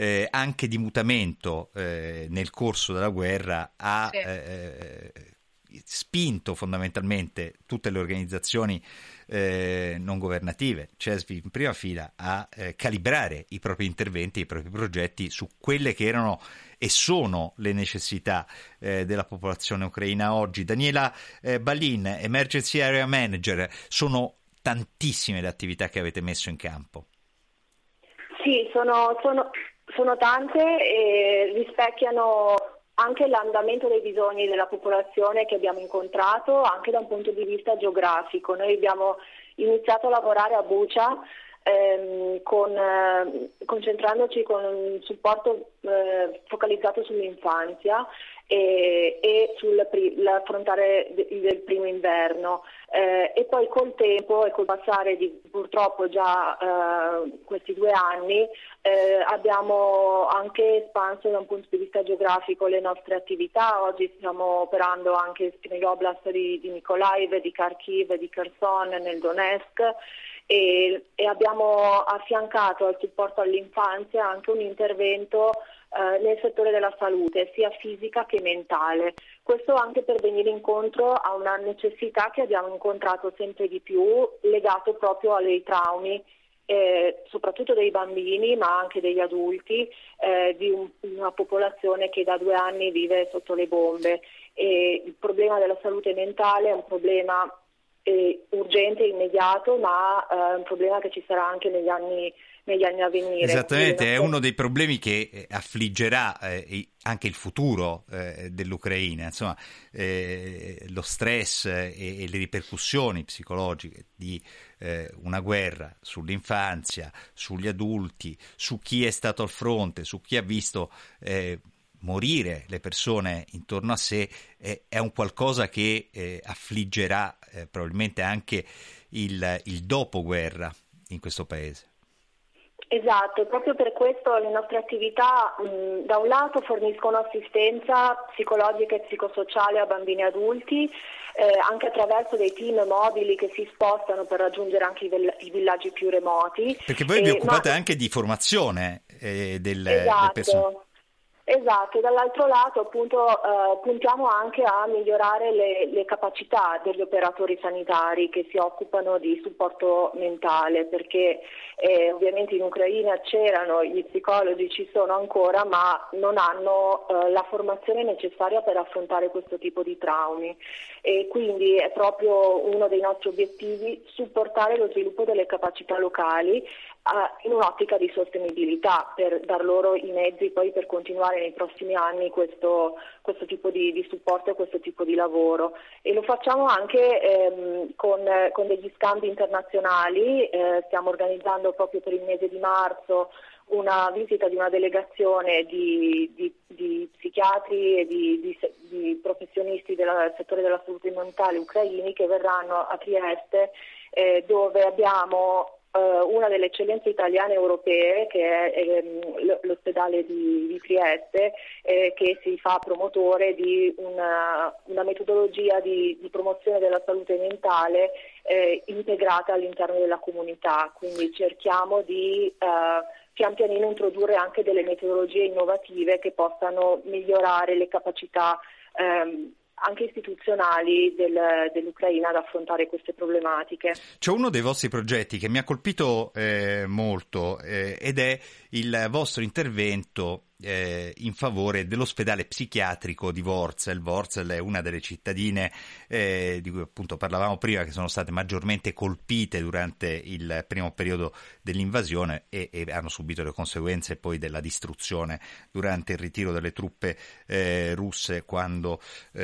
anche di mutamento nel corso della guerra ha spinto fondamentalmente tutte le organizzazioni non governative, CESVI in prima fila, a calibrare i propri interventi, i propri progetti su quelle che erano e sono le necessità della popolazione ucraina oggi. Daniela Balin, Emergency Area Manager, sono tantissime le attività che avete messo in campo. Sì, sono tante e rispecchiano anche l'andamento dei bisogni della popolazione che abbiamo incontrato, anche da un punto di vista geografico. Noi abbiamo iniziato a lavorare a Bucha concentrandoci con un supporto focalizzato sull'infanzia e sull'affrontare del primo inverno, e poi col tempo e col passare di purtroppo già questi 2 anni abbiamo anche espanso da un punto di vista geografico le nostre attività. Oggi stiamo operando anche nell'oblast di Mykolaiv, di Kharkiv e di Kherson nel Donetsk, e abbiamo affiancato al supporto all'infanzia anche un intervento nel settore della salute, sia fisica che mentale. Questo anche per venire incontro a una necessità che abbiamo incontrato sempre di più, legato proprio ai traumi, soprattutto dei bambini, ma anche degli adulti, di una popolazione che da 2 anni vive sotto le bombe. E il problema della salute mentale è un problema urgente e immediato, ma un problema che ci sarà anche negli anni a venire. Esattamente, è uno dei problemi che affliggerà anche il futuro dell'Ucraina, insomma, lo stress e le ripercussioni psicologiche di una guerra sull'infanzia, sugli adulti, su chi è stato al fronte, su chi ha visto morire le persone intorno a sé, è un qualcosa che affliggerà probabilmente anche il dopoguerra in questo paese. Esatto, proprio per questo le nostre attività da un lato forniscono assistenza psicologica e psicosociale a bambini e adulti, anche attraverso dei team mobili che si spostano per raggiungere anche i villaggi più remoti. Perché voi vi occupate anche di formazione delle persone. Esatto, e dall'altro lato appunto puntiamo anche a migliorare le capacità degli operatori sanitari che si occupano di supporto mentale, perché ovviamente in Ucraina c'erano gli psicologi, ci sono ancora, ma non hanno la formazione necessaria per affrontare questo tipo di traumi, e quindi è proprio uno dei nostri obiettivi supportare lo sviluppo delle capacità locali in un'ottica di sostenibilità, per dar loro i mezzi poi per continuare nei prossimi anni questo tipo di supporto e questo tipo di lavoro. E lo facciamo anche con degli scambi internazionali. Stiamo organizzando proprio per il mese di marzo una visita di una delegazione di psichiatri e di professionisti del settore della salute mentale ucraini che verranno a Trieste, dove abbiamo una delle eccellenze italiane europee, che è l'ospedale di Trieste, che si fa promotore di una metodologia di promozione della salute mentale integrata all'interno della comunità. Quindi cerchiamo di pian pianino introdurre anche delle metodologie innovative che possano migliorare le capacità anche istituzionali dell'Ucraina ad affrontare queste problematiche. C'è uno dei vostri progetti che mi ha colpito molto ed è il vostro intervento in favore dell'ospedale psichiatrico di Worzel. Worzel è una delle cittadine di cui appunto parlavamo prima, che sono state maggiormente colpite durante il primo periodo dell'invasione e hanno subito le conseguenze poi della distruzione durante il ritiro delle truppe russe, quando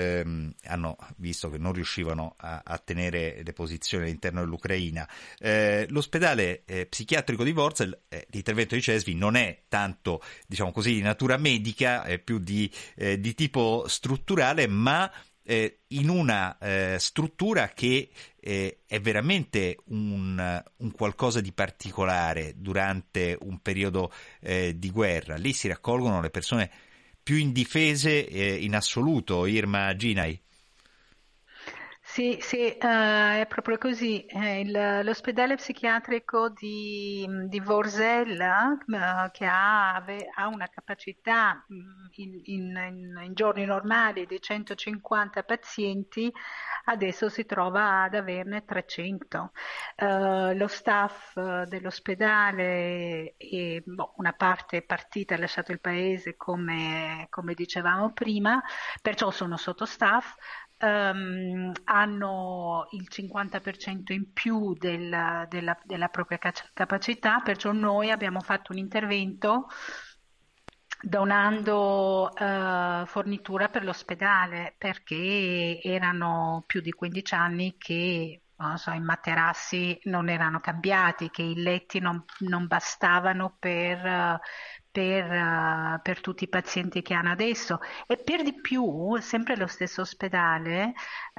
hanno visto che non riuscivano a tenere le posizioni all'interno dell'Ucraina. L'ospedale psichiatrico di Worzel, l'intervento di CESVI non è tanto, diciamo così, di natura medica, è più di tipo strutturale, ma in una struttura che è veramente un qualcosa di particolare durante un periodo di guerra. Lì si raccolgono le persone più indifese in assoluto. Irma Ginai. Sì, è proprio così. L'ospedale psichiatrico di Vorzella, che ha una capacità in giorni normali di 150 pazienti, adesso si trova ad averne 300. Lo staff dell'ospedale, una parte è partita, ha lasciato il paese come dicevamo prima, perciò sono sottostaff. Hanno il 50% in più della propria capacità, perciò noi abbiamo fatto un intervento donando fornitura per l'ospedale, perché erano più di 15 anni che i materassi non erano cambiati, che i letti non bastavano per tutti i pazienti che hanno adesso, e per di più sempre lo stesso ospedale,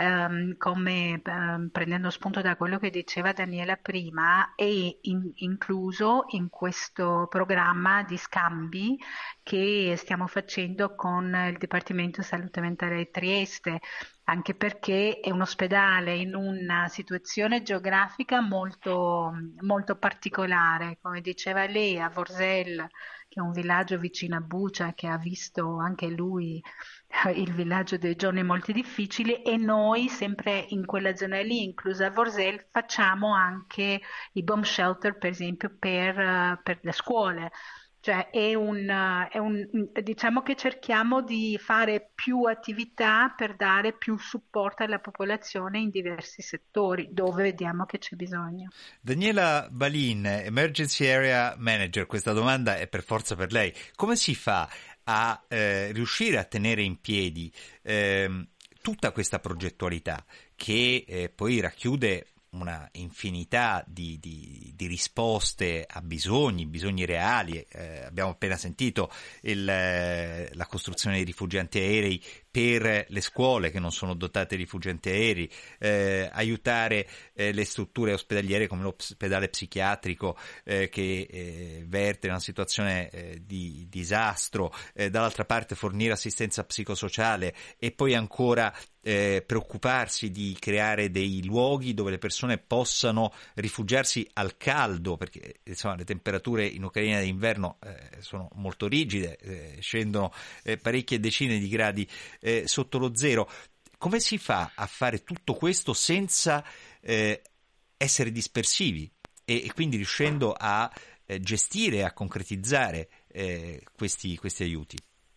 prendendo spunto da quello che diceva Daniela prima, è incluso in questo programma di scambi che stiamo facendo con il Dipartimento Salute Mentale di Trieste, anche perché è un ospedale in una situazione geografica molto, molto particolare, come diceva lei, a Vorzell, che è un villaggio vicino a Bucha, che ha visto anche lui il villaggio dei giorni molto difficili, e noi sempre in quella zona lì, inclusa Vorzell, facciamo anche i bomb shelter, per esempio, per le scuole. Cioè diciamo che cerchiamo di fare più attività per dare più supporto alla popolazione in diversi settori dove vediamo che c'è bisogno. Daniela Balin, Emergency Area Manager, questa domanda è per forza per lei. Come si fa a riuscire a tenere in piedi tutta questa progettualità che poi racchiude una infinità di risposte a bisogni reali? Abbiamo appena sentito la costruzione di rifugiati aerei per le scuole che non sono dotate di rifugiati aerei, aiutare le strutture ospedaliere come l'ospedale psichiatrico che verte in una situazione di disastro, dall'altra parte fornire assistenza psicosociale, e poi ancora preoccuparsi di creare dei luoghi dove le persone possano rifugiarsi al caldo, perché insomma le temperature in Ucraina d'inverno sono molto rigide, scendono parecchie decine di gradi sotto lo zero. Come si fa a fare tutto questo senza essere dispersivi e quindi riuscendo a gestire e a concretizzare questi aiuti?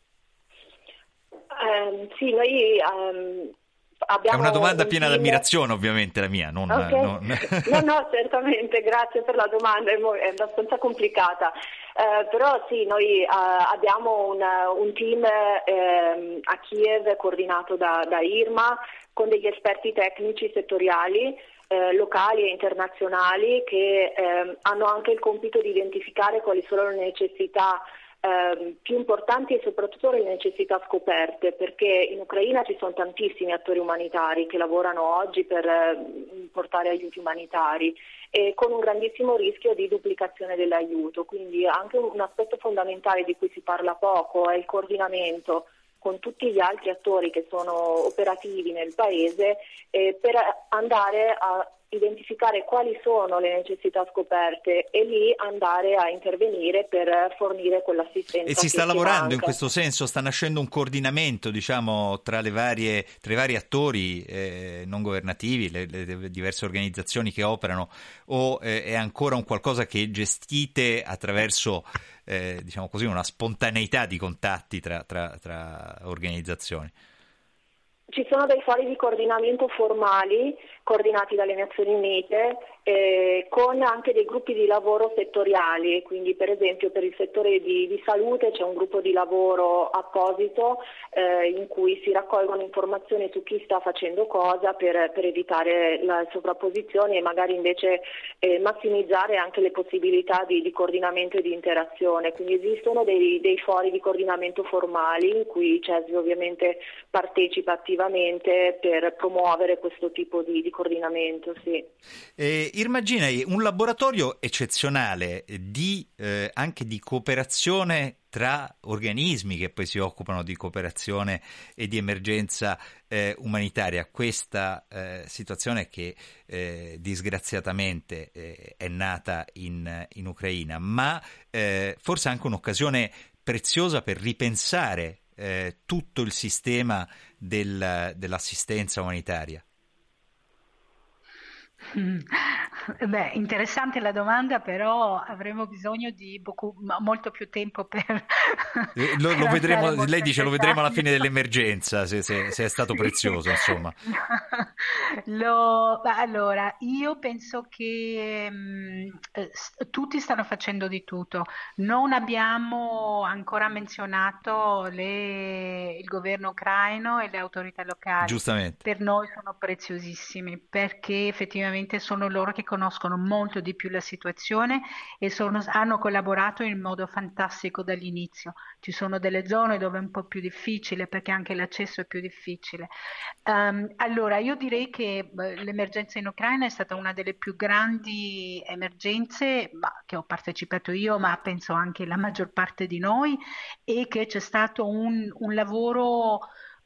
Sì, noi abbiamo... È una domanda piena d'ammirazione, ovviamente, la mia. No, certamente, grazie per la domanda, è abbastanza complicata. Però sì, noi abbiamo un team a Kiev coordinato da Irma, con degli esperti tecnici settoriali, locali e internazionali, che hanno anche il compito di identificare quali sono le necessità più importanti e soprattutto le necessità scoperte, perché in Ucraina ci sono tantissimi attori umanitari che lavorano oggi per portare aiuti umanitari, e con un grandissimo rischio di duplicazione dell'aiuto. Quindi anche un aspetto fondamentale di cui si parla poco è il coordinamento con tutti gli altri attori che sono operativi nel paese, per andare a identificare quali sono le necessità scoperte e lì andare a intervenire per fornire quell'assistenza. E si sta lavorando in questo senso? Sta nascendo un coordinamento, diciamo, tra i vari attori non governativi, le diverse organizzazioni che operano, o è ancora un qualcosa che gestite attraverso diciamo così, una spontaneità di contatti tra organizzazioni? Ci sono dei fori di coordinamento formali coordinati dalle Nazioni Unite, con anche dei gruppi di lavoro settoriali, quindi per esempio per il settore di salute c'è un gruppo di lavoro apposito in cui si raccolgono informazioni su chi sta facendo cosa per evitare la sovrapposizione e magari invece massimizzare anche le possibilità di coordinamento e di interazione. Quindi esistono dei fori di coordinamento formali in cui CESVI ovviamente partecipa attivamente per promuovere questo tipo di coordinamento. Sì. Irma Ginai, un laboratorio eccezionale anche di cooperazione tra organismi che poi si occupano di cooperazione e di emergenza umanitaria. Questa situazione che disgraziatamente è nata in Ucraina, ma forse anche un'occasione preziosa per ripensare tutto il sistema dell'assistenza umanitaria. Beh, interessante la domanda, però avremo bisogno di molto più tempo per lo vedremo. Lei dice lo vedremo alla fine dettagli. dell'emergenza, se è stato prezioso, insomma. Allora, io penso che tutti stanno facendo di tutto. Non abbiamo ancora menzionato il governo ucraino e le autorità locali. Giustamente. Per noi sono preziosissimi perché effettivamente sono loro che conoscono molto di più la situazione e hanno collaborato in modo fantastico dall'inizio. Ci sono delle zone dove è un po' più difficile perché anche l'accesso è più difficile. Allora, io direi che l'emergenza in Ucraina è stata una delle più grandi emergenze che ho partecipato io, ma penso anche la maggior parte di noi, e che c'è stato un lavoro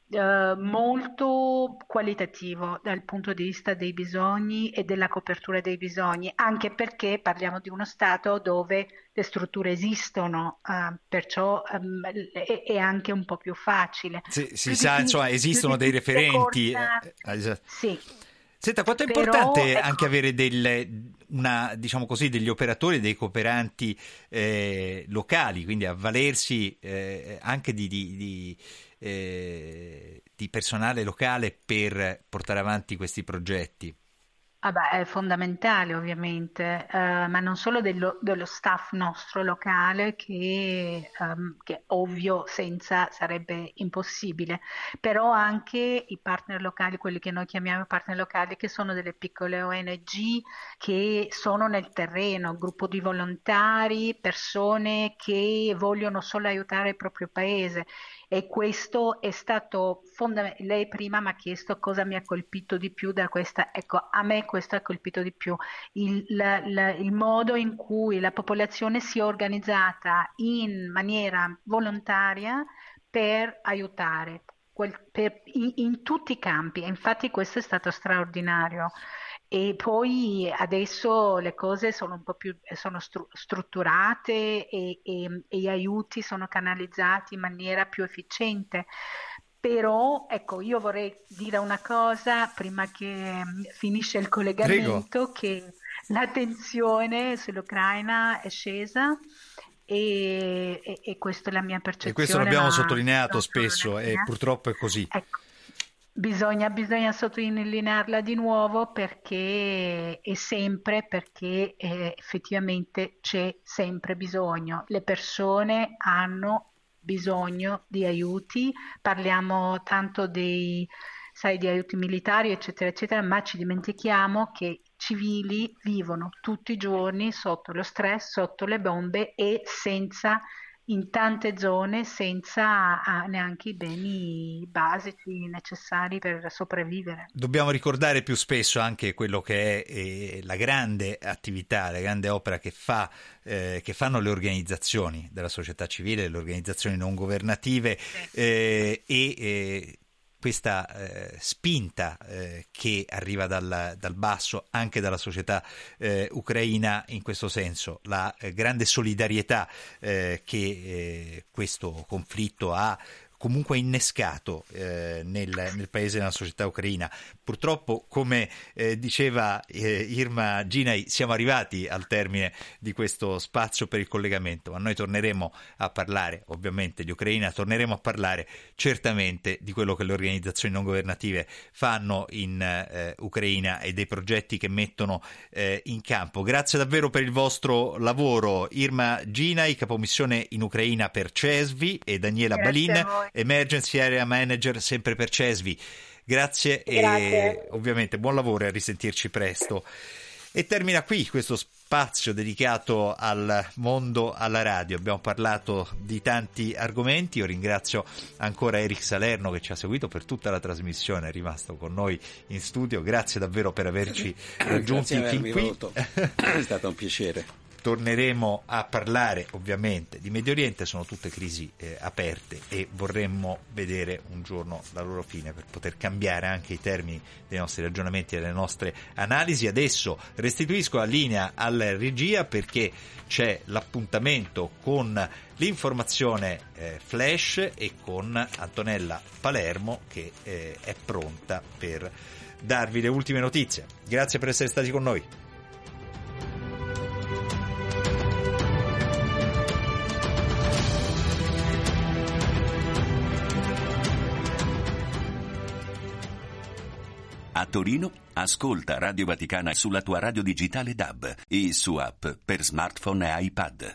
molto qualitativo dal punto di vista dei bisogni e della copertura dei bisogni, anche perché parliamo di uno stato dove le strutture esistono, perciò è anche un po' più facile. Si sa, insomma, esistono dei referenti. Sì. Senta, quanto è Però, importante anche avere diciamo così, degli operatori, dei cooperanti locali, quindi avvalersi anche di personale locale per portare avanti questi progetti? È fondamentale ovviamente, ma non solo dello staff nostro locale che ovvio senza sarebbe impossibile, però anche i partner locali, quelli che noi chiamiamo partner locali, che sono delle piccole ONG che sono nel terreno, gruppo di volontari, persone che vogliono solo aiutare il proprio paese. E questo è stato fondamentale. Lei prima mi ha chiesto cosa mi ha colpito di più da questa. Ecco, a me questo ha colpito di più. Il modo in cui la popolazione si è organizzata in maniera volontaria per aiutare in tutti i campi. E infatti questo è stato straordinario. E poi adesso le cose sono un po' più strutturate e gli aiuti sono canalizzati in maniera più efficiente. Però ecco, io vorrei dire una cosa prima che finisce il collegamento. Prego. Che la tensione sull'Ucraina è scesa e questa è la mia percezione. E questo l'abbiamo sottolineato spesso e purtroppo è così. Ecco. Bisogna sottolinearla di nuovo perché effettivamente c'è sempre bisogno. Le persone hanno bisogno di aiuti, parliamo tanto di aiuti militari, eccetera, eccetera, ma ci dimentichiamo che i civili vivono tutti i giorni sotto lo stress, sotto le bombe e in tante zone senza neanche i beni basici necessari per sopravvivere. Dobbiamo ricordare più spesso anche quello che è la grande attività, la grande opera che fanno le organizzazioni della società civile, le organizzazioni non governative, e questa spinta che arriva dal basso, anche dalla società ucraina. In questo senso la grande solidarietà che questo conflitto ha comunque innescato nel paese, nella società ucraina. Purtroppo, come diceva Irma Ginai, siamo arrivati al termine di questo spazio per il collegamento, ma noi torneremo a parlare ovviamente di Ucraina, torneremo a parlare certamente di quello che le organizzazioni non governative fanno in Ucraina e dei progetti che mettono in campo. Grazie davvero per il vostro lavoro, Irma Ginai, capomissione in Ucraina per CESVI, e Daniela Balin, Emergency Area Manager sempre per CESVI. Grazie. E ovviamente buon lavoro e a risentirci presto. E termina qui questo spazio dedicato al mondo alla radio. Abbiamo parlato di tanti argomenti. Io ringrazio ancora Eric Salerno che ci ha seguito per tutta la trasmissione, è rimasto con noi in studio. Grazie davvero per averci raggiunti fin qui. È stato un piacere. Torneremo a parlare ovviamente di Medio Oriente, sono tutte crisi aperte e vorremmo vedere un giorno la loro fine per poter cambiare anche i termini dei nostri ragionamenti e delle nostre analisi. Adesso restituisco la linea alla regia perché c'è l'appuntamento con l'informazione flash e con Antonella Palermo che è pronta per darvi le ultime notizie. Grazie per essere stati con noi. A Torino, ascolta Radio Vaticana sulla tua radio digitale DAB e su app per smartphone e iPad.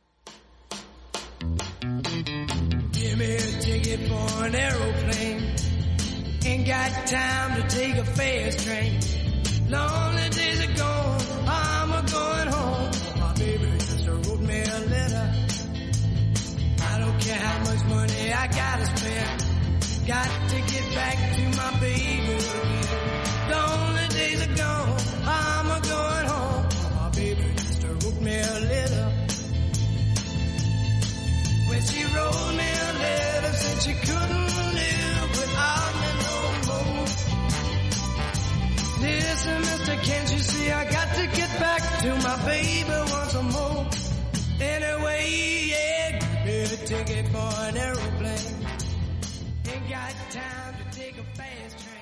Give me a ticket for an aeroplane. Ain't got time to take a fast train. Lonely days are gone, I'm a-going home. My baby just wrote me a letter. I don't care how much money I gotta spend. Got to get back to my baby again. The only days are gone, I'm a-going home. My baby just wrote me a letter. When she wrote me a letter, said she couldn't live without me no more. Listen, mister, can't you see I got to get back to my baby once more. Anyway, yeah, give me a ticket for an aeroplane. Ain't got time to take a fast train.